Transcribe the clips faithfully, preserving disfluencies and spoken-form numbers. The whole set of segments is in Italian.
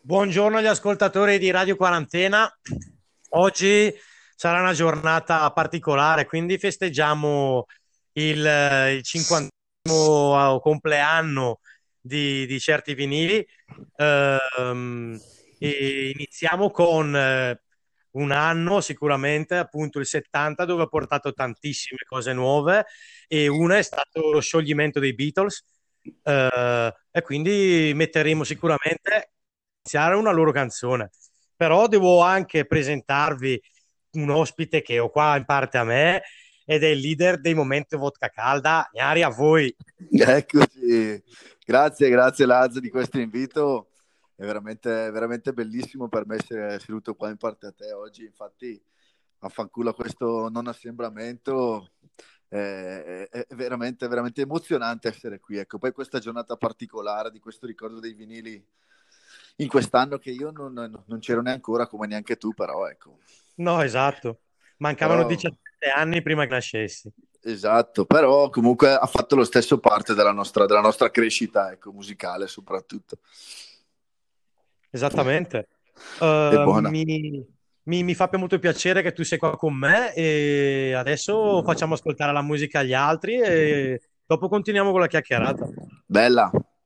Buongiorno agli ascoltatori di Radio Quarantena. Oggi sarà una giornata particolare, quindi festeggiamo il, eh, il cinquantesimo compleanno di, di certi vinili. Ehm, e iniziamo con eh, un anno sicuramente, appunto il settanta, dove ha portato tantissime cose nuove e una è stato lo scioglimento dei Beatles. Eh, e quindi metteremo sicuramente iniziare una loro canzone. Però devo anche presentarvi un ospite che ho qua in parte a me ed è il leader dei Momento Vodka Calda. Gnari, a voi. Eccoci, grazie, grazie Laz di questo invito, è veramente, veramente bellissimo per me essere seduto qua in parte a te oggi, infatti affanculo a questo non assembramento, eh, è, è veramente, veramente emozionante essere qui, ecco, poi questa giornata particolare di questo ricordo dei vinili in quest'anno che io non, non c'ero neanche ancora come neanche tu, però ecco, No, esatto. Mancavano però diciassette anni prima che nascessi. esatto, però comunque ha fatto lo stesso parte della nostra, della nostra crescita, ecco, musicale soprattutto. Esattamente. È Eh, buona. mi, mi- mi fa molto piacere che tu sei qua con me e adesso facciamo ascoltare la musica agli altri e dopo continuiamo con la chiacchierata. Bella.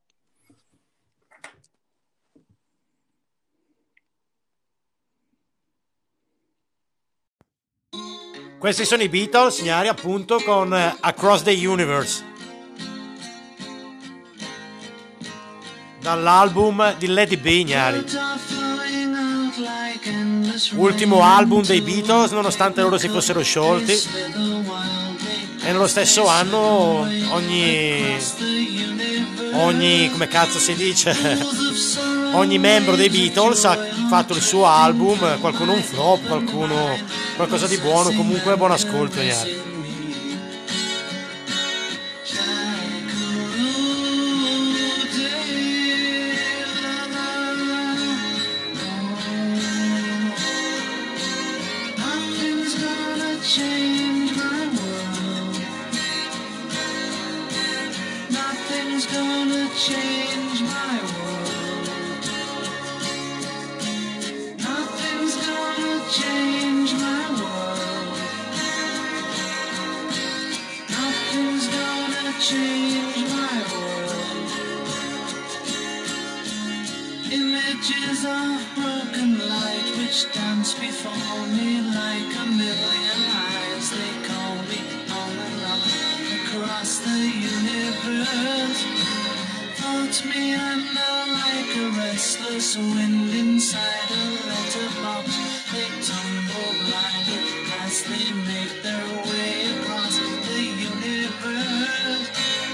Questi sono i Beatles, signori, appunto, con eh, Across the Universe, dall'album di Lady B, gnari. Ultimo album dei Beatles, nonostante loro si fossero sciolti. E nello stesso anno ogni... ogni... come cazzo si dice? Ogni membro dei Beatles ha fatto il suo album, qualcuno un flop, qualcuno qualcosa di buono, comunque buon ascolto, gnari. Images of broken light which dance before me like a million eyes. They call me on and on across the universe. Float me under like a restless wind inside a letterbox. They tumble blindly as they make their way across the universe.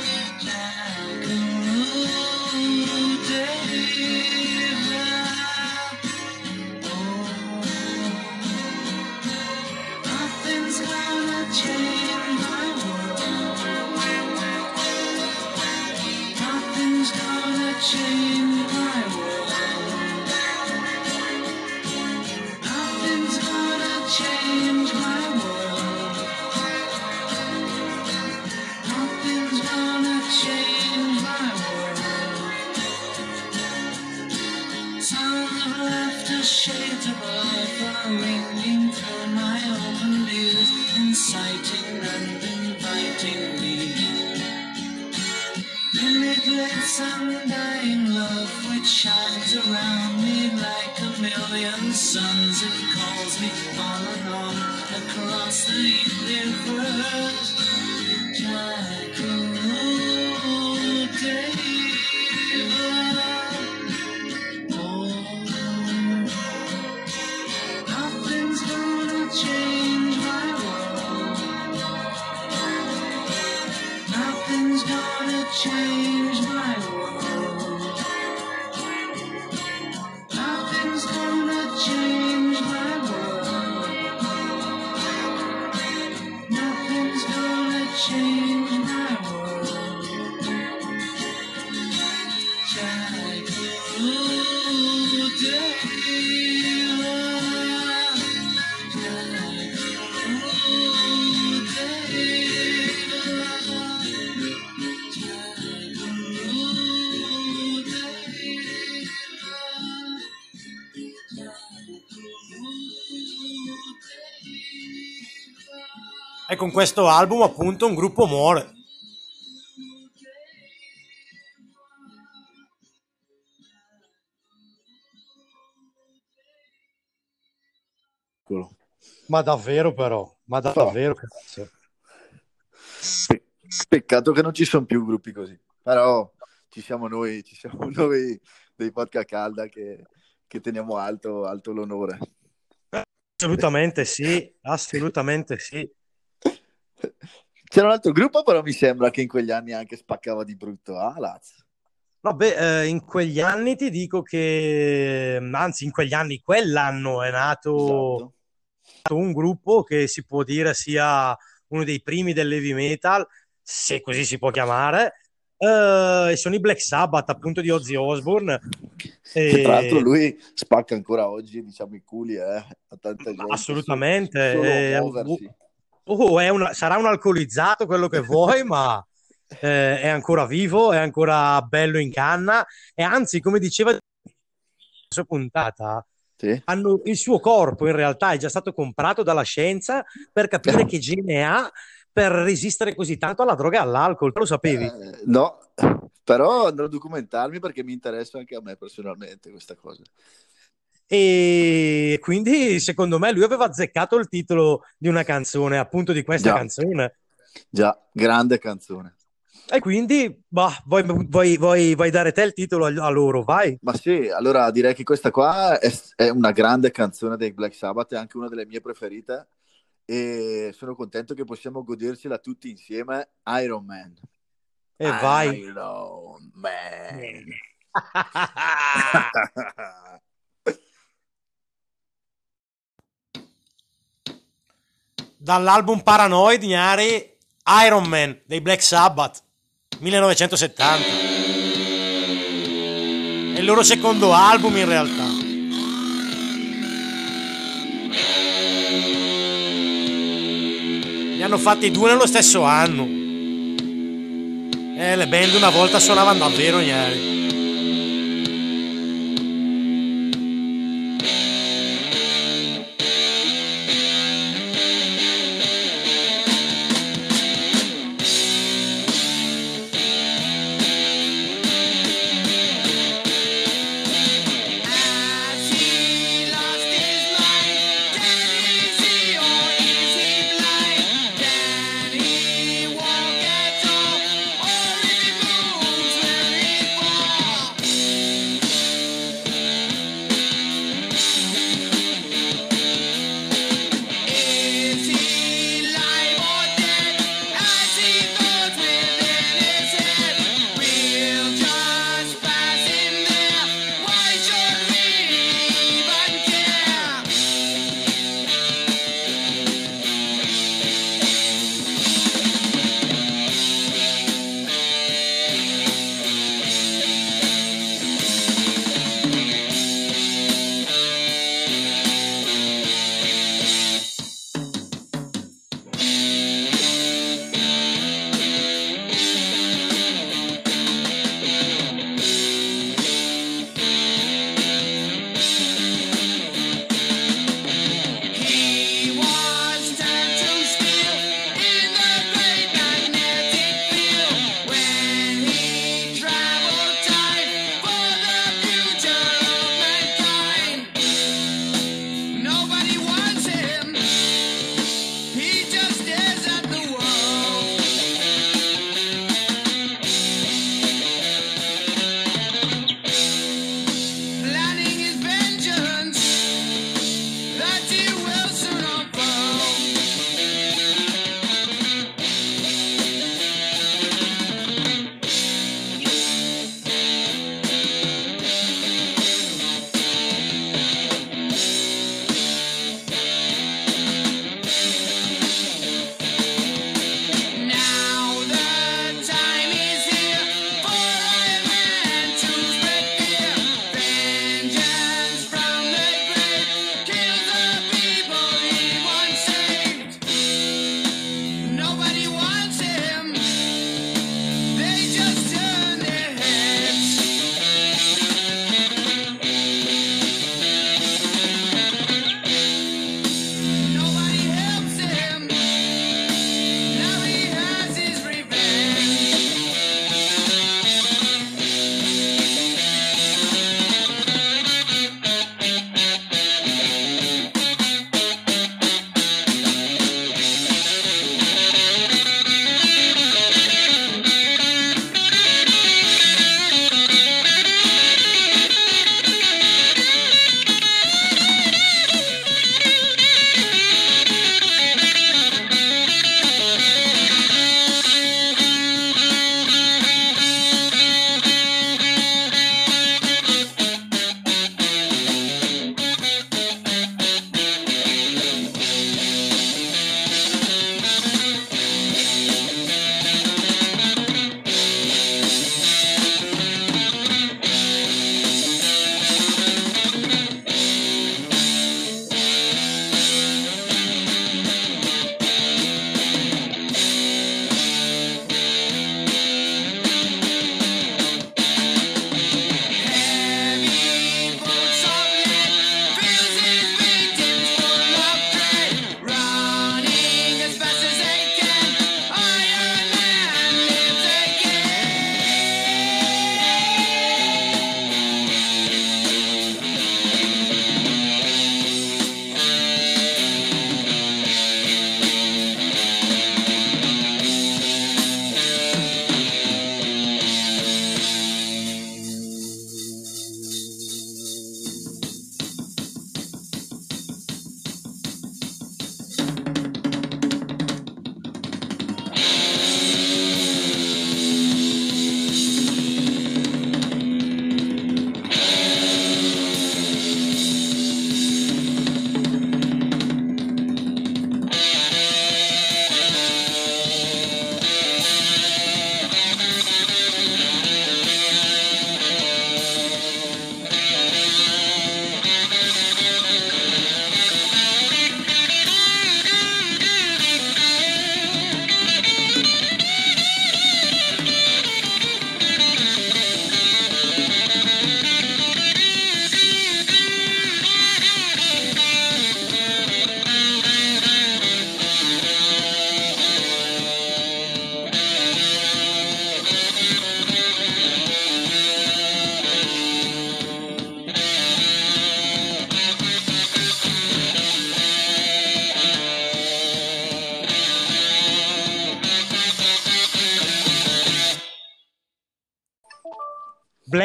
Shades of life are ringing through my open ears, inciting and inviting me. Limitless undying love which shines around me like a million suns. It calls me on and on across the universe. Change my world. Nothing's gonna change my world. Nothing's gonna change my world. E con questo album appunto un gruppo muore. Ma davvero però, ma davvero cazzo. Pe- peccato che non ci sono più gruppi così, però ci siamo noi, ci siamo noi dei Vodka Calda che, che teniamo alto, alto l'onore. Assolutamente sì, assolutamente sì. C'era un altro gruppo, però mi sembra che in quegli anni anche spaccava di brutto, ah, Laz? Vabbè, eh, in quegli anni ti dico che, anzi in quegli anni, quell'anno è nato Esatto. un gruppo che si può dire sia uno dei primi dell'heavy metal, se così si può chiamare, eh, e sono i Black Sabbath, appunto di Ozzy Osbourne. Che tra l'altro E... lui spacca ancora oggi, diciamo, i culi eh, a tanta gente. Assolutamente. So- solo a eh, muoversi. oh, è una- sarà un alcolizzato quello che vuoi, ma eh, è ancora vivo, è ancora bello in canna e anzi, come diceva nella sua puntata, Sì. hanno, il suo corpo in realtà è già stato comprato dalla scienza per capire che gene ha per resistere così tanto alla droga e all'alcol. Lo sapevi? Eh, no, però andrò a documentarmi perché mi interessa anche a me personalmente questa cosa. E quindi secondo me lui aveva azzeccato il titolo di una canzone, appunto di questa Già, canzone. già, grande canzone. E quindi, bah, vuoi, vuoi- vuoi- vuoi dare te il titolo a, a loro, vai. Ma sì, allora direi che questa qua è, è una grande canzone dei Black Sabbath, è anche una delle mie preferite e sono contento che possiamo godercela tutti insieme. Iron Man. E vai. Iron Man. Dall'album Paranoid, Gnari, Iron Man dei Black Sabbath, millenovecentosettanta. È il loro secondo album in realtà. Ne hanno fatti due nello stesso anno. Eh, le band una volta suonavano davvero, Gnari. Walk at all, or if he moves when he falls.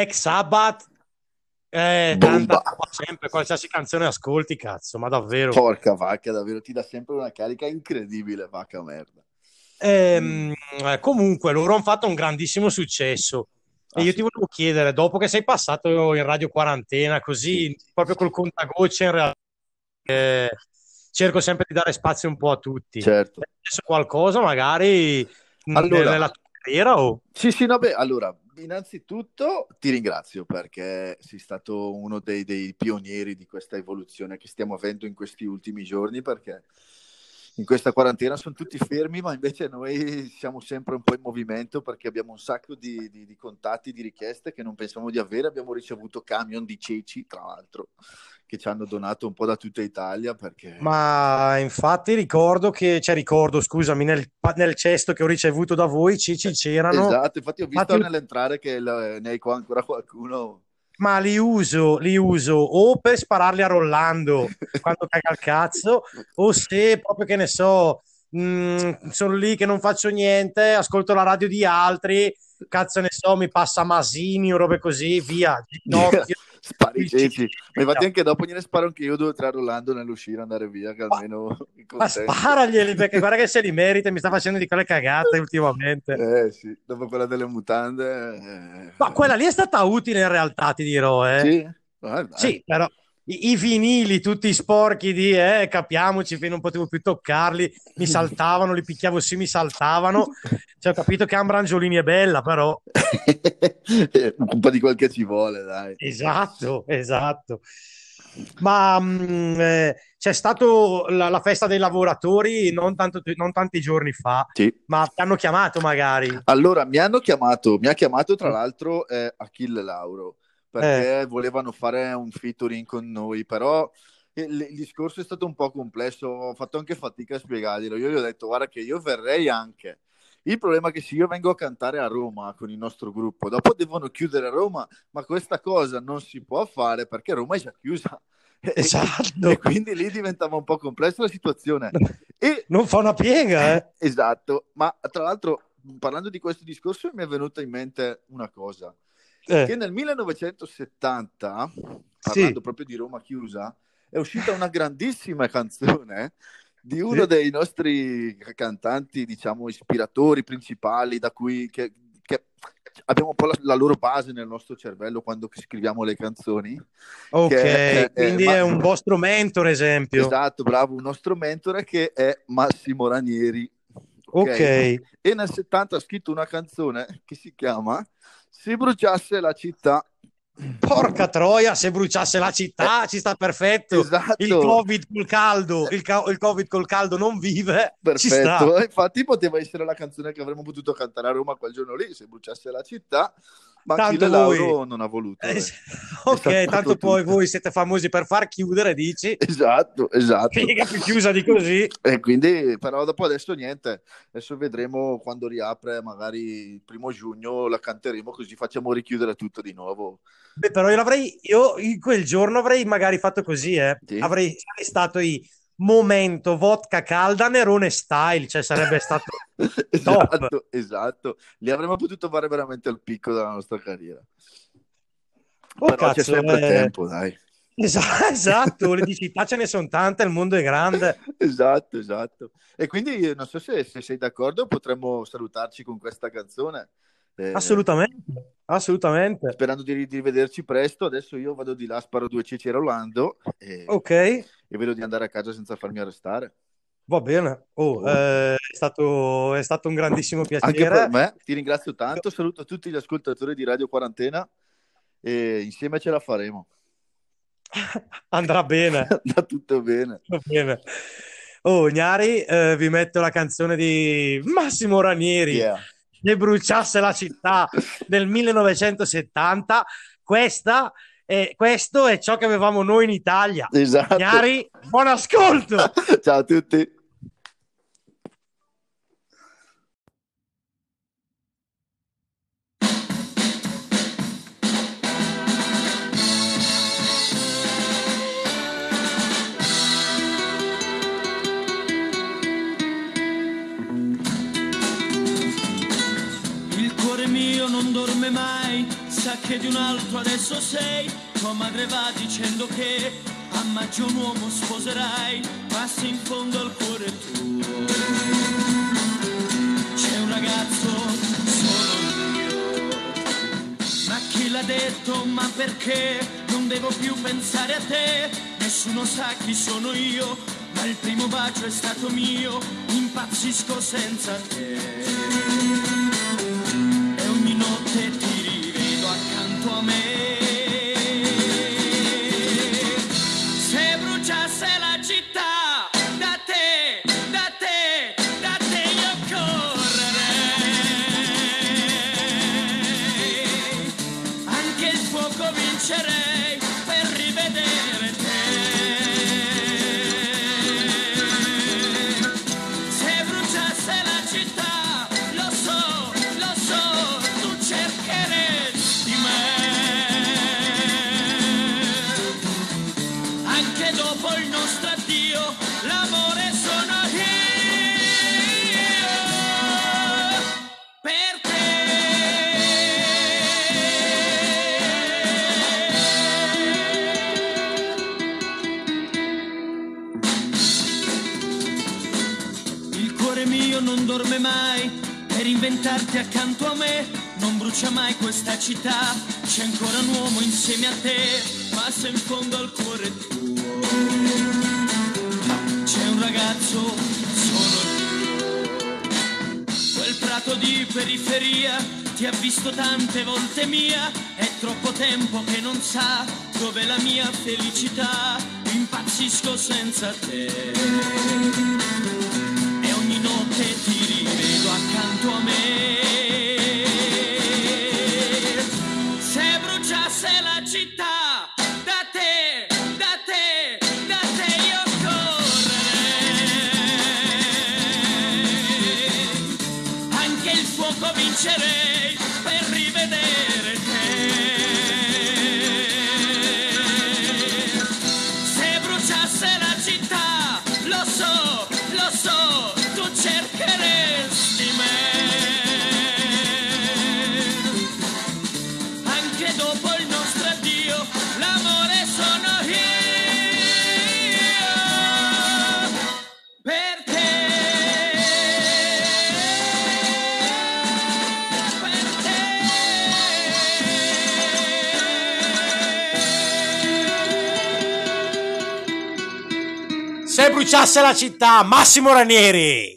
Black Sabbath, eh, Bomba. canta sempre, qualsiasi canzone ascolti, cazzo, ma davvero. Porca vacca, davvero, ti dà sempre una carica incredibile, vacca merda. Ehm, eh, comunque, loro hanno fatto un grandissimo successo. E Ah, io sì. ti volevo chiedere, dopo che sei passato in Radio Quarantena, così proprio col contagocce, in realtà eh, cerco sempre di dare spazio un po' a tutti. Certo. È successo qualcosa magari mh, Allora, nella tua carriera? O... sì, sì, no, beh, allora, innanzitutto ti ringrazio perché sei stato uno dei, dei pionieri di questa evoluzione che stiamo avendo in questi ultimi giorni, perché in questa quarantena sono tutti fermi, ma invece noi siamo sempre un po' in movimento perché abbiamo un sacco di, di, di contatti, di richieste che non pensavamo di avere. Abbiamo ricevuto camion di ceci, tra l'altro, che ci hanno donato un po' da tutta Italia perché... Ma infatti ricordo che, cioè ricordo, scusami, nel, nel cesto che ho ricevuto da voi, Cici c'erano. Esatto, infatti ho visto Infatti, nell'entrare che il- ne hai qua ancora qualcuno. ma li uso, li uso o per spararli a Rollando quando caga il cazzo, o se proprio che ne so, mh, sono lì che non faccio niente, ascolto la radio di altri, cazzo ne so, mi passa Masini o robe così, via, ginocchio. Spari i ceci. Ma infatti anche dopo gliene sparo anche io due o tre a Rolando nell'uscire, andare via, che Ma, almeno è ma contento. sparaglieli perché guarda che se li merita, mi sta facendo di quelle cagate ultimamente. Eh sì, dopo quella delle mutande... eh, Ma quella lì è stata utile in realtà, ti dirò, eh. Sì? Guarda, dai. Sì, però i, i vinili tutti sporchi di, eh, capiamoci, finché non potevo più toccarli, mi saltavano, li picchiavo sì, mi saltavano. Cioè, ho capito che Ambrangiolini è bella, però... Un po' di quel che ci vuole, dai. Esatto, esatto. Ma mh, eh, c'è stato la, la festa dei lavoratori non, tanto, non tanti giorni fa, Sì. ma ti hanno chiamato magari? Allora, mi hanno chiamato, mi ha chiamato tra l'altro eh, Achille Lauro, perché Eh, volevano fare un featuring con noi, però il, il discorso è stato un po' complesso, ho fatto anche fatica a spiegarglielo. Io gli ho detto, guarda che io verrei anche. Il problema è che se io vengo a cantare a Roma con il nostro gruppo, dopo devono chiudere Roma, ma questa cosa non si può fare perché Roma è già chiusa. E, esatto. e quindi lì diventava un po' complessa la situazione. E, Non fa una piega, eh? esatto, ma tra l'altro parlando di questo discorso mi è venuta in mente una cosa, Eh, che nel millenovecentosettanta, sì, parlando proprio di Roma chiusa, è uscita una grandissima canzone di uno sì. dei nostri cantanti, diciamo, ispiratori principali, da cui che, che abbiamo un po' la, la loro base nel nostro cervello quando scriviamo le canzoni. Ok, Che è, è- quindi ma- è un vostro mentore, esempio. Esatto, bravo, un nostro mentore che è Massimo Ranieri. Ok? Ok, E nel settanta ha scritto una canzone che si chiama Se bruciasse la città. porca troia, se bruciasse la città ci sta perfetto. Esatto. Il Covid col caldo, il, ca- il Covid col caldo non vive, ci sta. Perfetto, infatti poteva essere la canzone che avremmo potuto cantare a Roma quel giorno lì, se bruciasse la città, ma Tanto Achille voi- Lauro non ha voluto. Eh, eh. s- È ok, saltato tanto poi tutto. voi siete famosi per far chiudere, dici? Esatto, esatto. Figa più chiusa di così. E quindi, però dopo adesso niente, adesso vedremo quando riapre, magari il primo giugno la canteremo così facciamo richiudere tutto di nuovo. Beh, però io l'avrei, io in quel giorno avrei magari fatto così, eh. Sì. Avrei sarei stato i momento vodka calda Nerone style, cioè sarebbe stato top. Esatto, esatto. Li avremmo potuto fare veramente al picco della nostra carriera. Oh, Però c'è cazzo, sempre eh. tempo, dai. Esa- Esatto, le città ce ne sono tante, il mondo è grande. Esatto, esatto. E quindi non so se, se sei d'accordo, potremmo salutarci con questa canzone. Eh, Assolutamente, assolutamente. Sperando di, di vederci presto. Adesso io vado di là, sparo due ceci a Rolando e, Ok, e vedo di andare a casa senza farmi arrestare. va bene. Oh, Oh. eh, è stato, è stato un grandissimo Anche piacere. per me, ti ringrazio tanto. Saluto tutti gli ascoltatori di Radio Quarantena e insieme ce la faremo. Andrà bene. Va tutto bene. Va bene. Oh, Gnari, eh, vi metto la canzone di Massimo Ranieri, Yeah. che bruciasse la città del millenovecentosettanta. Questa è, questo è ciò che avevamo noi in Italia. Esatto. Gnari, buon ascolto! Ciao a tutti. Il cuore mio non dorme mai, sa che anche di un altro adesso sei. Tua madre va dicendo che a maggio un uomo sposerai, ma se in fondo al cuore tuo c'è un ragazzo, sono io. Ma chi l'ha detto, ma perché non devo più pensare a te? Nessuno sa chi sono io, ma il primo bacio è stato mio, impazzisco senza te. E ogni notte ti rivedo accanto a me. Se bruciasse la città, da te, da te, da te io correrei. Anche il fuoco vincerei per rivedere te. Se bruciasse la città, lo so, lo so, tu cercheresti me. Anche dopo il nostro addio, l'amore sono io per te. Il cuore mio non dorme mai per inventarti accanto a me. Non brucia mai questa città, c'è ancora un uomo insieme a te. Ma se in fondo al cuore tuo c'è un ragazzo, sono io. Quel prato di periferia ti ha visto tante volte mia. È troppo tempo che non sa dov'è la mia felicità. Impazzisco senza te. E ogni notte ti rivedo accanto a me. Se bruciasse la città, da te, da te, da te io correrei. Anche il fuoco vincerei per rivedere te. Se bruciasse la città, lo so, lo so, tu cercheresti me. Anche dopo il nostro addio, l'amore sono io per te. Per te. Se bruciasse la città, Massimo Ranieri.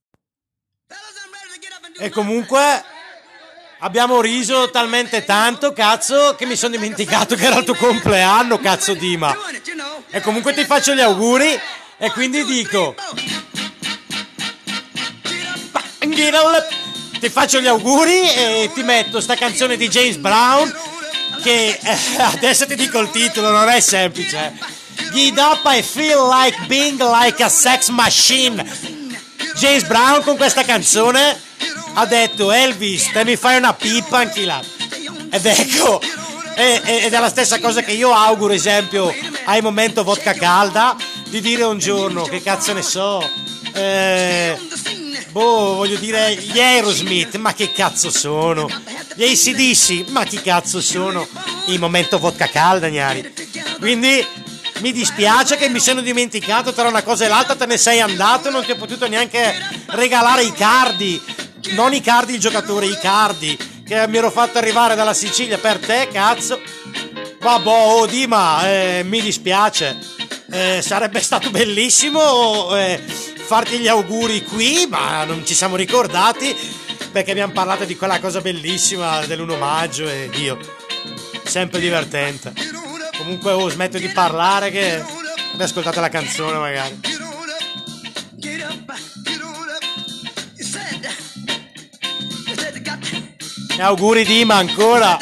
E comunque abbiamo riso talmente tanto, cazzo, che mi sono dimenticato che era il tuo compleanno, cazzo Dima. E comunque ti faccio gli auguri e quindi dico ti faccio gli auguri e ti metto sta canzone di James Brown che eh, adesso ti dico il titolo, non è semplice. Get up, I feel like being like a sex machine. James Brown con questa canzone ha detto: Elvis, te mi fai una pipa anche là. Ed ecco, ed è la stessa cosa che io auguro, esempio, ai Momento Vodka Calda, di dire un giorno, che cazzo ne so, eh, boh, voglio dire, gli Aerosmith, ma che cazzo sono? Gli A C D C, ma che cazzo sono? Il Momento Vodka Calda, gnari. Quindi mi dispiace che mi sono dimenticato tra una cosa e l'altra, te ne sei andato e non ti ho potuto neanche regalare i cardi. Non i cardi il giocatore, i cardi che mi ero fatto arrivare dalla Sicilia per te, cazzo. Vabbè, oh Dima, eh, mi dispiace. Eh, sarebbe stato bellissimo eh, farti gli auguri qui, ma non ci siamo ricordati perché abbiamo parlato di quella cosa bellissima dell'primo maggio e Dio, sempre divertente. Comunque oh, smetto di parlare che vi ascoltate la canzone magari. E auguri Dima ancora.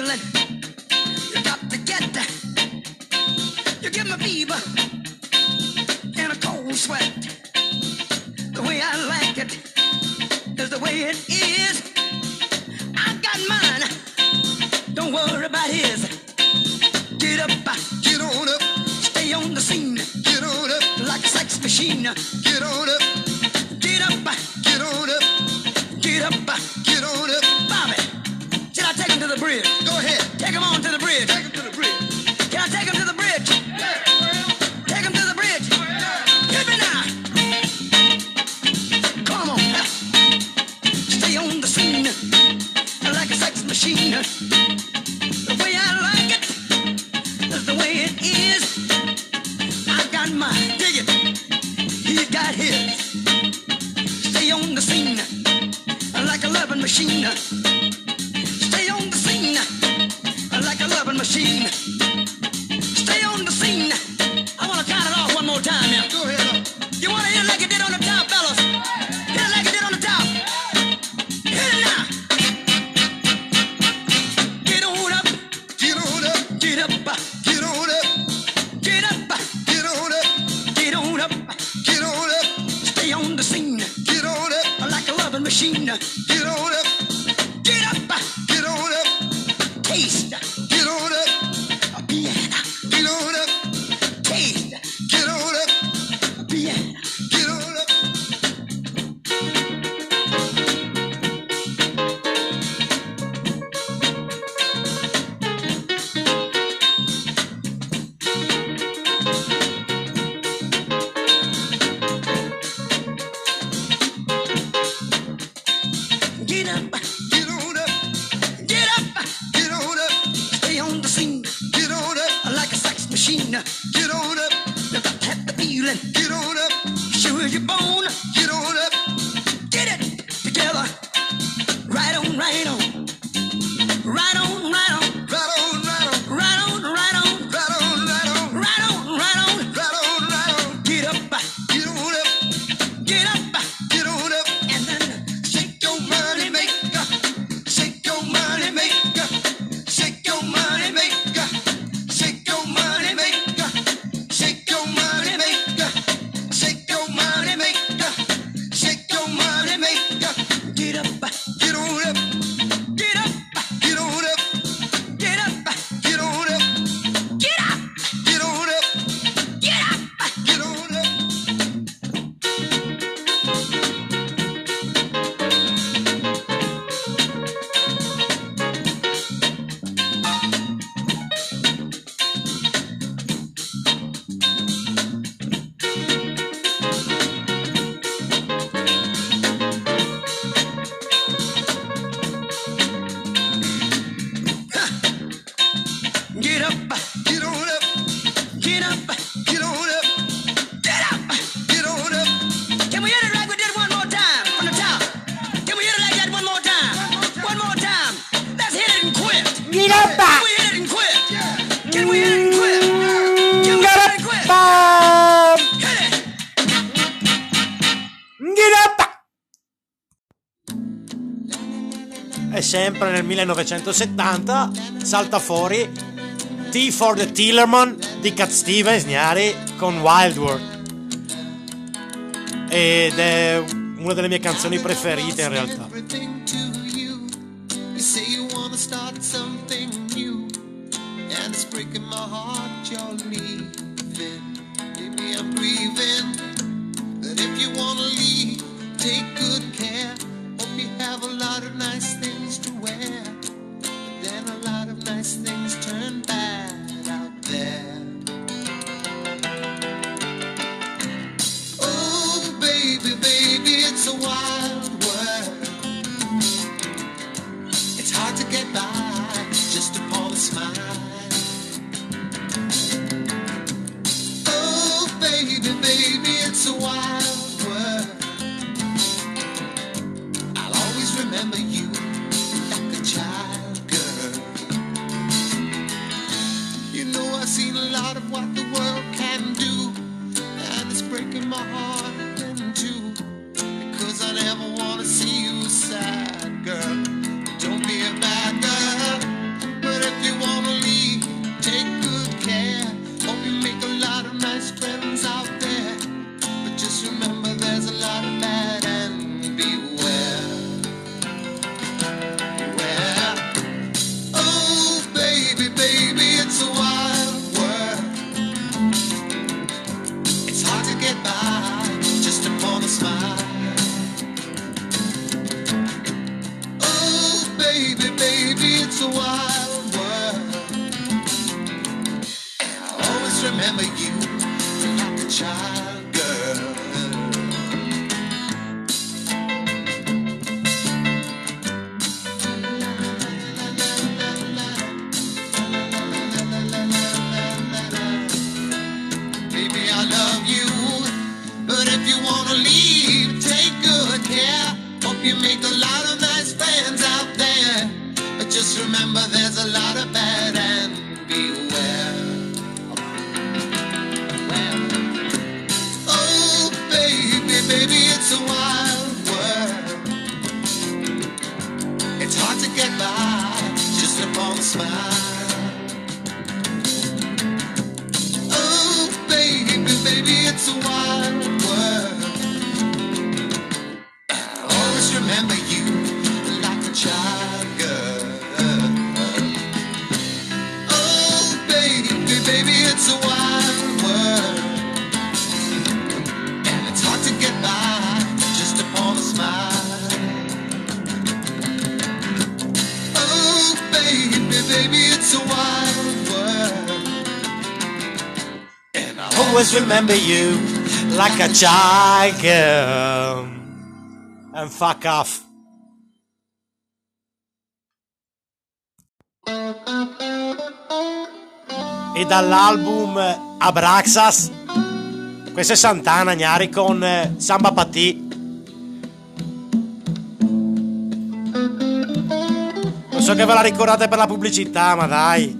Get up, get on up, stay on the scene. Get on up, like a sex machine. Get on up, get up, get on up, get up, get on up. Bobby, should I take him to the bridge? Go ahead. Take him on to the bridge. Take him to the bridge. Can I take him to the bridge? Take him to the bridge. Hit me now. Come on. Stay on the scene like a sex machine. The way I like it is the way it is. I got mine. Dig it. He's got his. Stay on the scene like a loving machine. Stay on the scene like a loving machine. Stay on the scene. I want to count it off one more time now. Go ahead. You want to hit it like it did on the top, fellas? Hit it like it did on the top. Hit it now. Get on up. Get on up. Get up. Get on up. Get up. Get on up. Get on up. Get on up. Stay on the scene. Get on up. Like a loving machine. Get on up. Get up. Get on up. Taste. Get on up. A piano. Get on up. Taste. Get on up. A piano. Get on up. Get up, get on up, get up, get on up. Stay on the scene, get on up, like a sex machine. Get on up, you got to have the feeling. Get on up, sure as you're born. Get on up, get it together. Right on, right on, right on, right on, right on, right on, right on, right on, right on, right on, right on, right on, right on, right on. Get up, get on up, get up, get on up, and then shake your money maker, shake your money maker, shake your money maker, shake your money maker, shake your money maker, shake your money maker, shake your money maker. Get up, get on up, get up, get on up, get up, get on up, get up, get on up, get up, get on up. Get up, get on up, get up, get on up, get up, get on up. Can we hit it like we did one more time from the top? Can we hit it like that one more time? One more time. Let's hit it and quit. Get up, Can we hit it and quit? Can we hit it and quit? Can we get hit up, it and quit? bam, Hit it. get up. E sempre nel millenovecentosettanta salta fuori T for the Tillerman di Cat Stevens, Gnari, con Wild World, ed è una delle mie canzoni preferite in realtà. Everything to you. You say you wanna start something new, and it's breaking my heart you're leaving. Maybe I'm grieving, but if you wanna leave, take good care. Hope you have a lot of nice things to wear, but then a lot of nice things turn bad out there. Oh baby, baby, it's a wild world. It's hard to get by just upon a smile. Oh baby, baby, it's a wild world. I'll always remember you like a child, girl. You know I've seen a lot of what the world can do, and it's breaking my heart in two, because I never want to see you sad, girl. Don't be a bad girl, but if you want to leave, take good care. Hope you make a lot of nice friends out there, but just remember there's a lot of bad, and beware. Beware. Oh baby, baby, it's a wild world. It's hard to get by remember you like a child, girl. Baby, I love you, but if you wanna leave, take good care. Hope you make a lot of nice friends out there, but just remember there's a lot of bad and beware. Oh, baby, baby, it's a wild world. It's hard to get by just upon a smile. Oh, baby, baby, it's a wild world. Always remember you like a child, girl. Oh, baby, baby, it's a wild world. And it's hard to get by just upon a smile. Oh, baby, baby, it's a wild world. And I always remember you like a child, girl. And fuck off. E dall'album Abraxas, questa è Santana Gnari con eh, Samba Patì. Non so che ve la ricordate per la pubblicità, ma dai.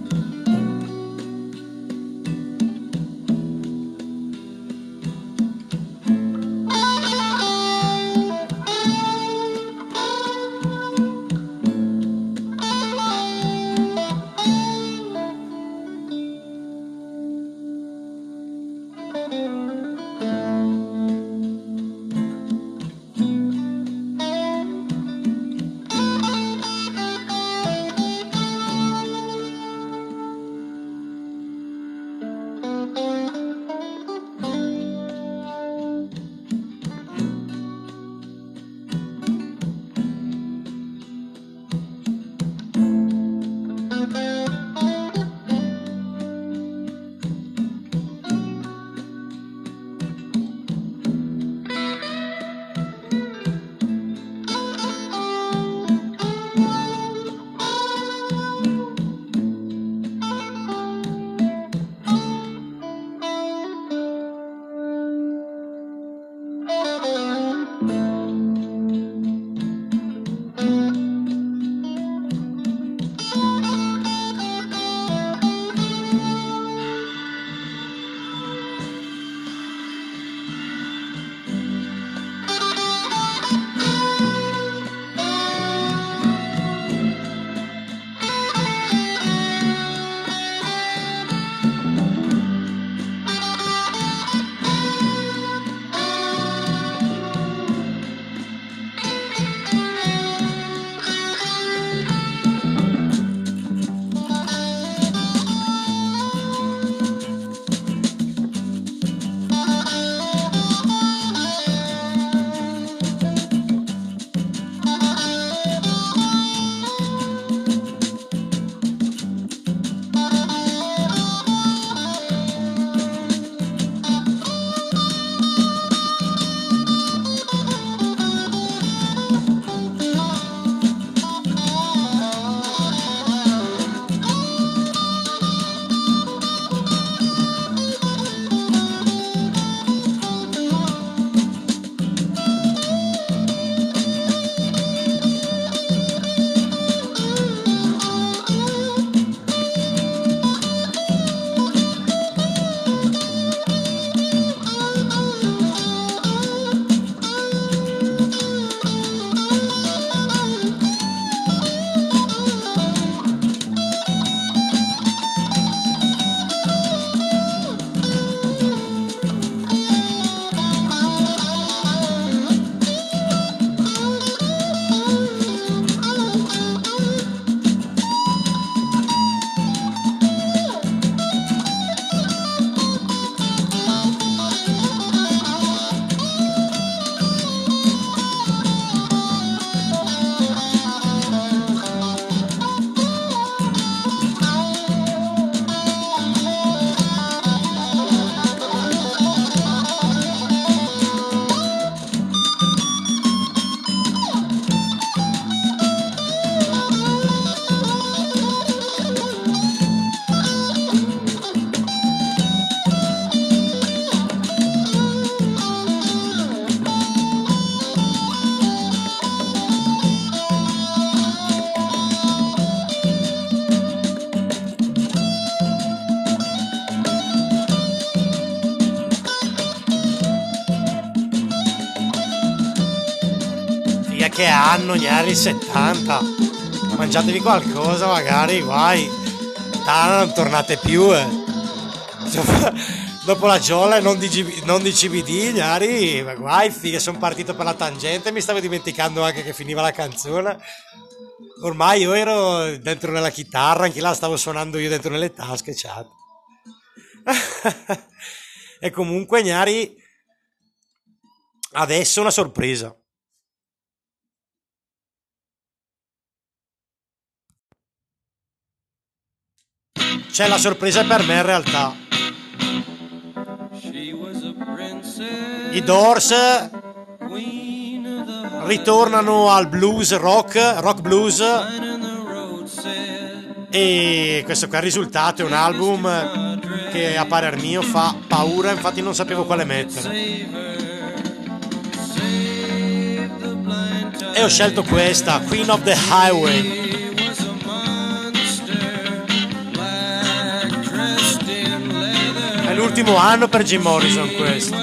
che anno, gnari, settanta. Mangiatevi qualcosa, magari, guai. Tana, non tornate più, eh. Cioè, dopo la giolla non di, G B, non di C B D, gnari, ma guai, figa, sono partito per la tangente, mi stavo dimenticando anche che finiva la canzone. Ormai io ero dentro nella chitarra, anche là stavo suonando io dentro nelle tasche, chat. E comunque, gnari, adesso una sorpresa. C'è la sorpresa per me in realtà. I Doors ritornano al blues rock, rock blues, e questo qua il risultato è un album che a parer mio fa paura, infatti non sapevo quale mettere. E ho scelto questa, Queen of the Highway. È l'ultimo anno per Jim Morrison questo.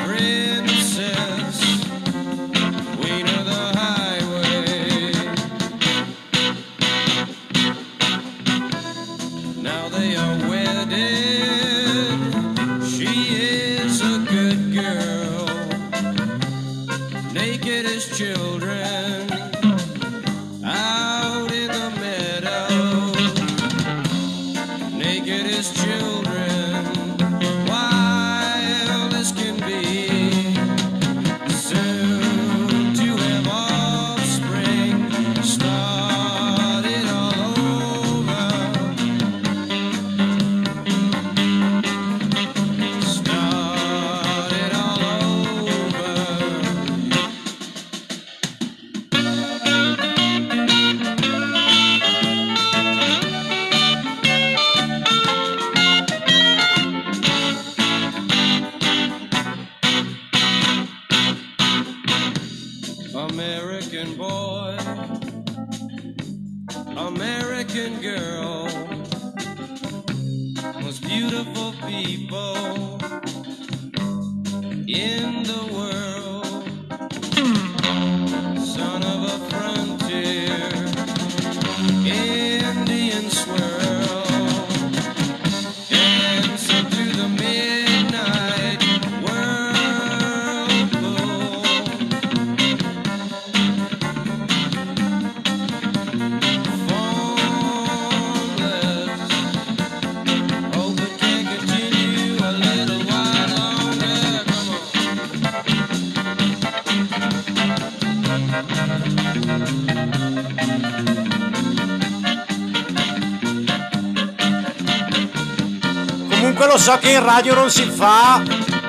Lo so che in radio non si fa,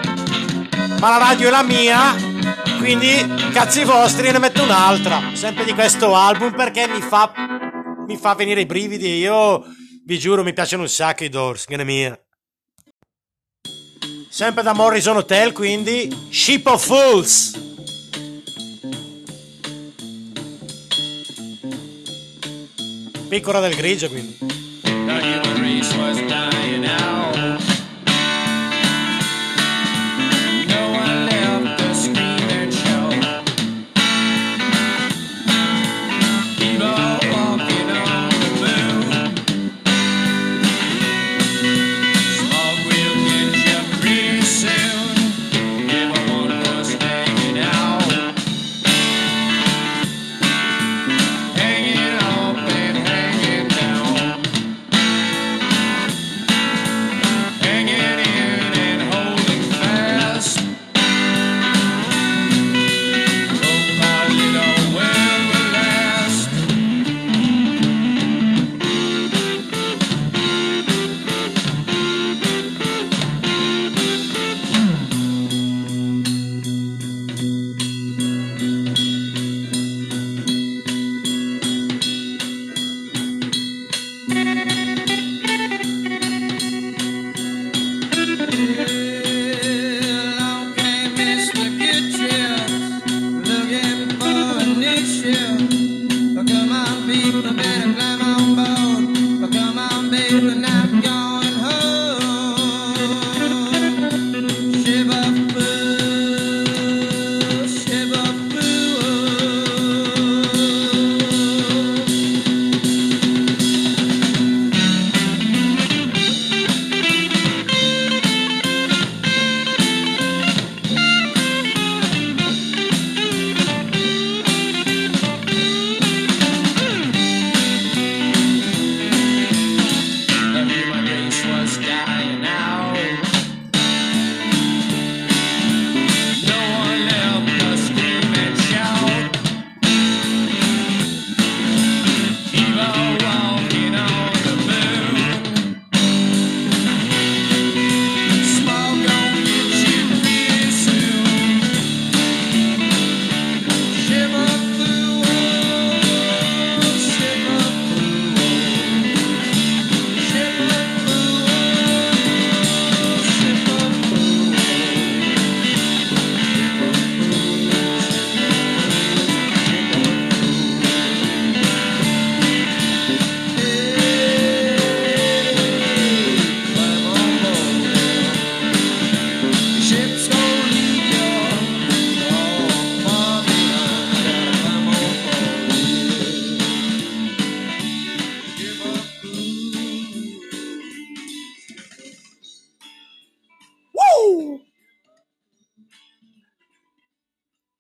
ma la radio è la mia, quindi cazzi vostri, ne metto un'altra sempre di questo album perché mi fa mi fa venire i brividi. Io vi giuro mi piacciono un sacco i Doors, che ne mia. Sempre da Morrison Hotel, quindi Ship of Fools. Piccola del grigio, quindi.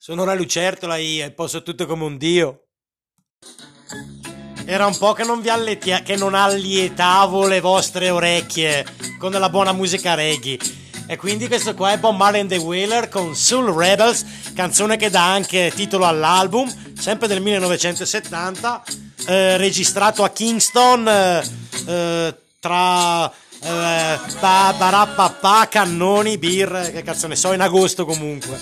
Sono una lucertola io e posso tutto come un dio. Era un po' che non vi alletia- che non allietavo le vostre orecchie con della buona musica reggae. E quindi questo qua è Bob Marley and the Wailers con Soul Rebels, canzone che dà anche titolo all'album, sempre del millenovecentosettanta, eh, registrato a Kingston eh, eh, tra eh, pa, barapapà, cannoni, birre, che cazzo ne so, in agosto comunque.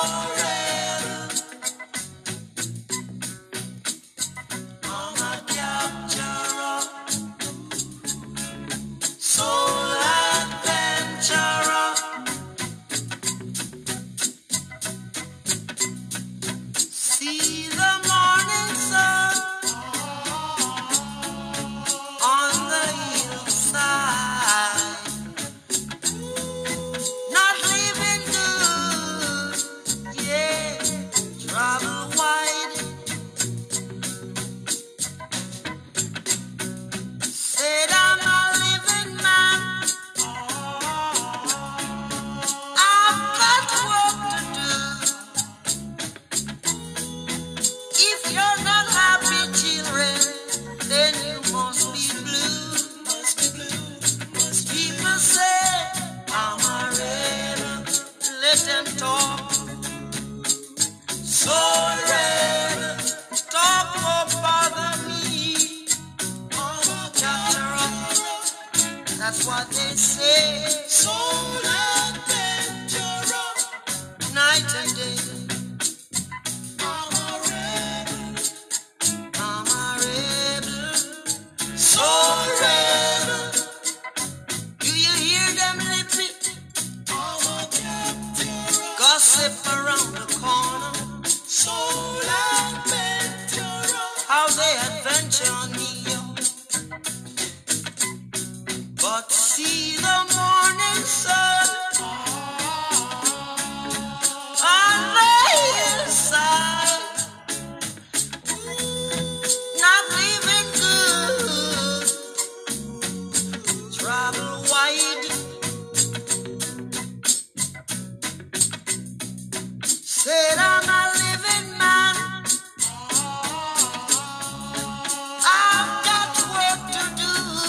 That's what they say. Soul adventurer, night and day. I'm a rebel. I'm a rebel. Soul rebel. Do you hear them lipping? I'm a captain. Gossip around the corner. Soul adventurer. How they adventure on me. But see the morning sun on the hillside, not living good, travel wide, said I'm a living man, I've got work to do.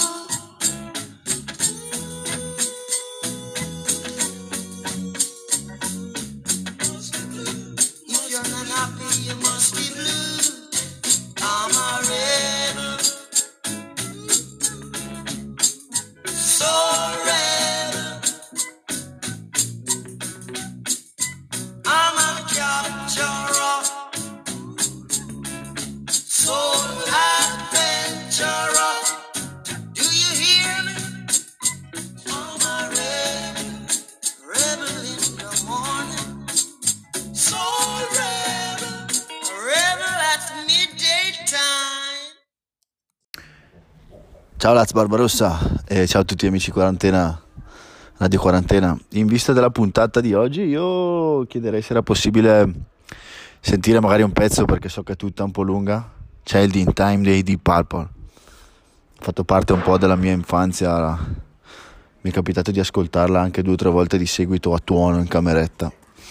You must be blue. I'm a rebel, so rebel. I'm a capturer, soul adventurer. Do you hear me? I'm a rebel, rebel in the morning, soul rebel. Ciao Laz Barbarossa e ciao a tutti gli amici quarantena, Radio Quarantena. In vista della puntata di oggi io chiederei se era possibile sentire magari un pezzo, perché so che è tutta un po' lunga. Child in Time dei Deep Purple. Ha fatto parte un po' della mia infanzia, mi è capitato di ascoltarla anche due o tre volte di seguito a tuono in cameretta.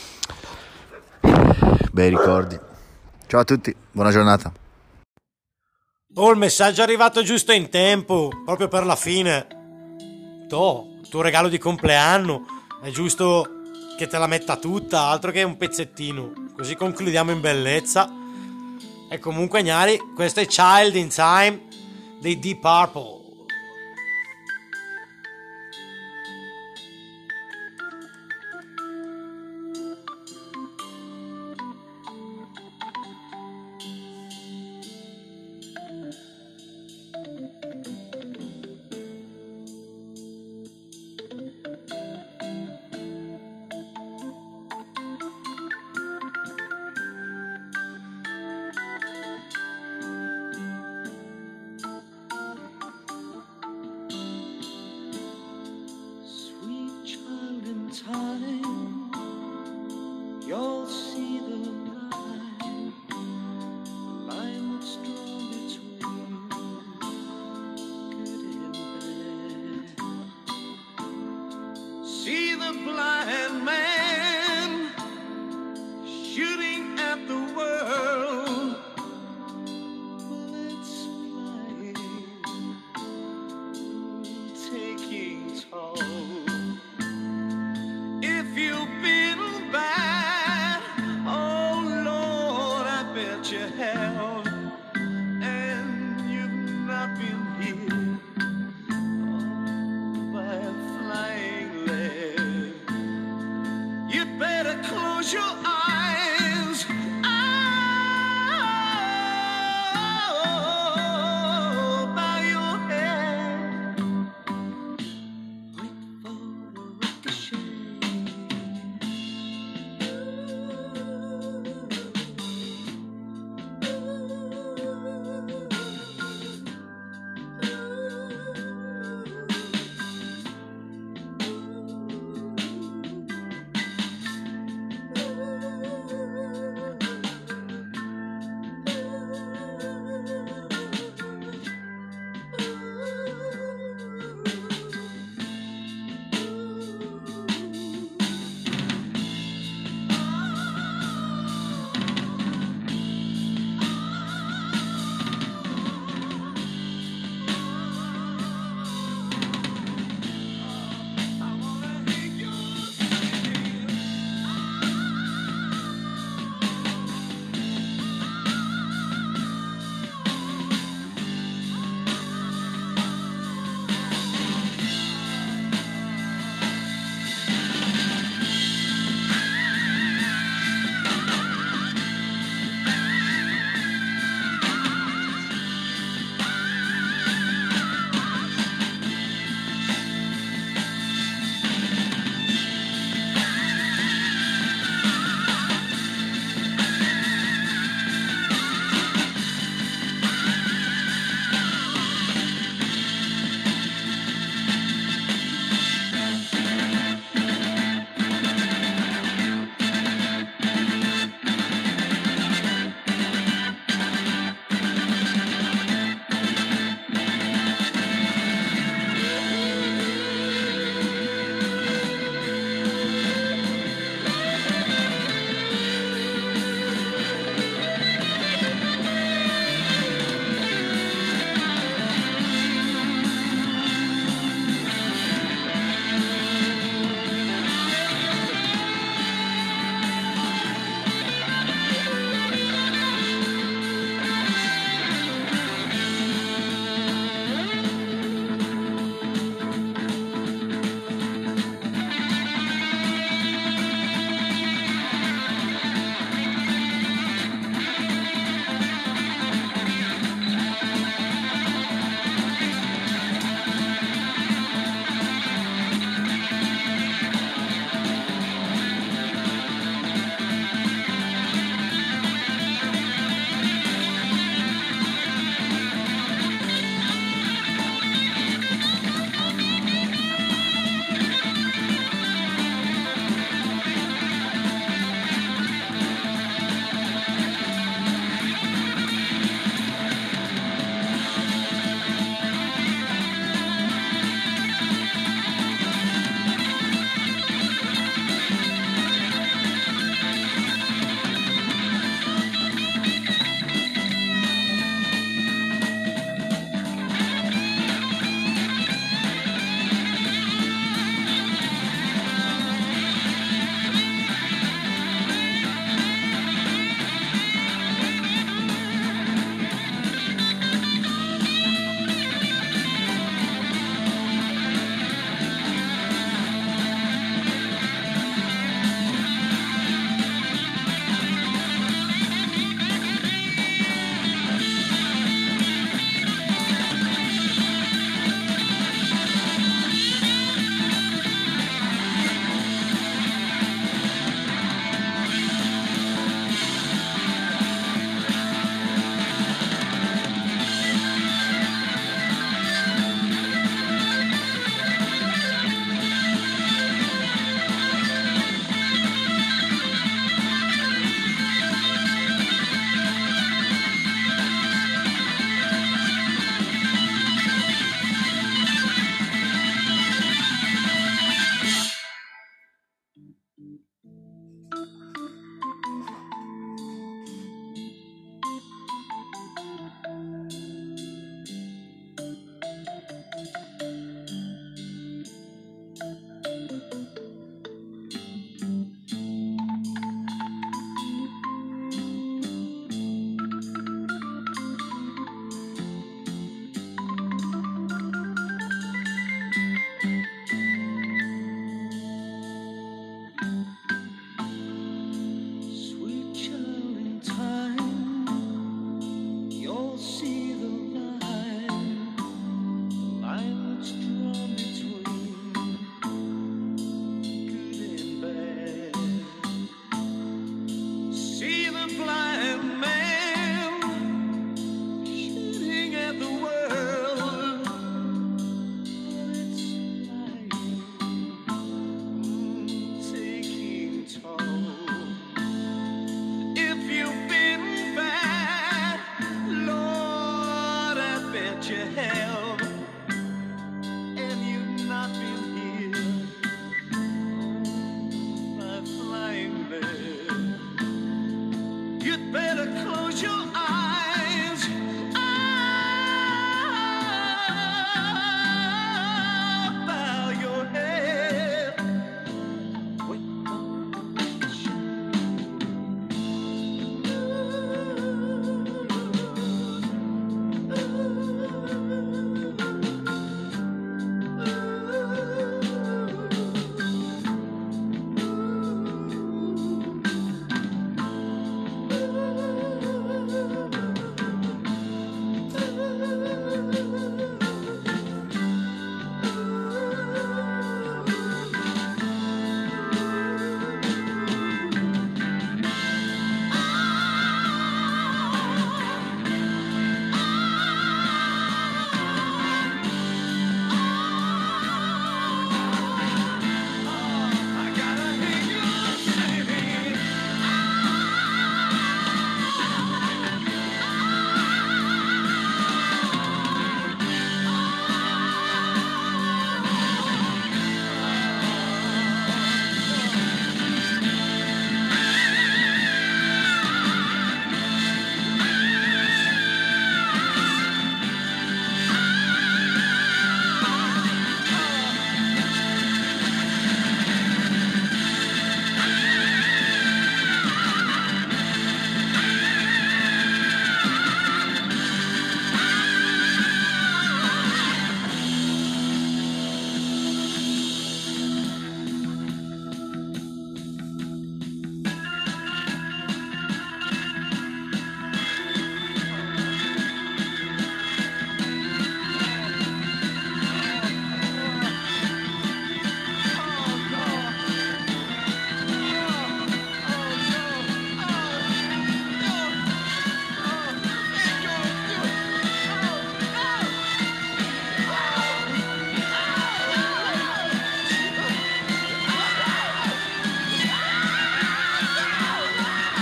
Bei ricordi. Ciao a tutti, buona giornata. Oh, il messaggio è arrivato giusto in tempo, proprio per la fine. Toh, il tuo regalo di compleanno, è giusto che te la metta tutta, altro che un pezzettino. Così concludiamo in bellezza. E comunque, Gnari, questo è Child in Time dei Deep Purple. Time, you'll see the line, the line that's drawn between good and bad. See the blind man shooting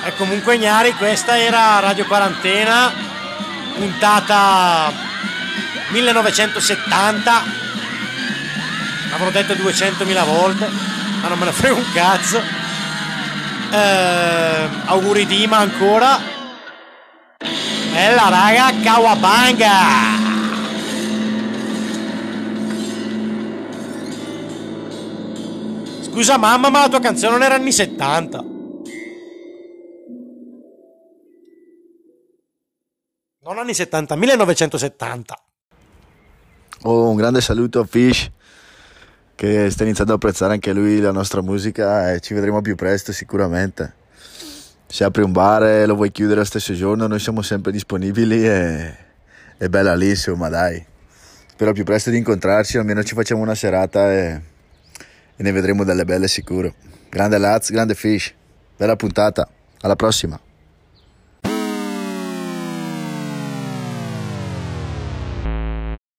E comunque Gnari, questa era Radio Quarantena, puntata millenovecentosettanta, l'avrò detto duecentomila volte, ma non me ne frega un cazzo. Eh, auguri Dima ancora. Bella raga, Kawabanga! Scusa mamma, ma la tua canzone non era anni settanta. Non anni settanta, millenovecentosettanta. Oh, un grande saluto a Fish, che sta iniziando ad apprezzare anche lui la nostra musica, e ci vedremo più presto sicuramente. Se apri un bar e lo vuoi chiudere lo stesso giorno, noi siamo sempre disponibili e è bella lì, insomma, dai. Spero più presto di incontrarci, almeno ci facciamo una serata e, e ne vedremo delle belle sicuro. Grande Laz, grande Fish, bella puntata, alla prossima.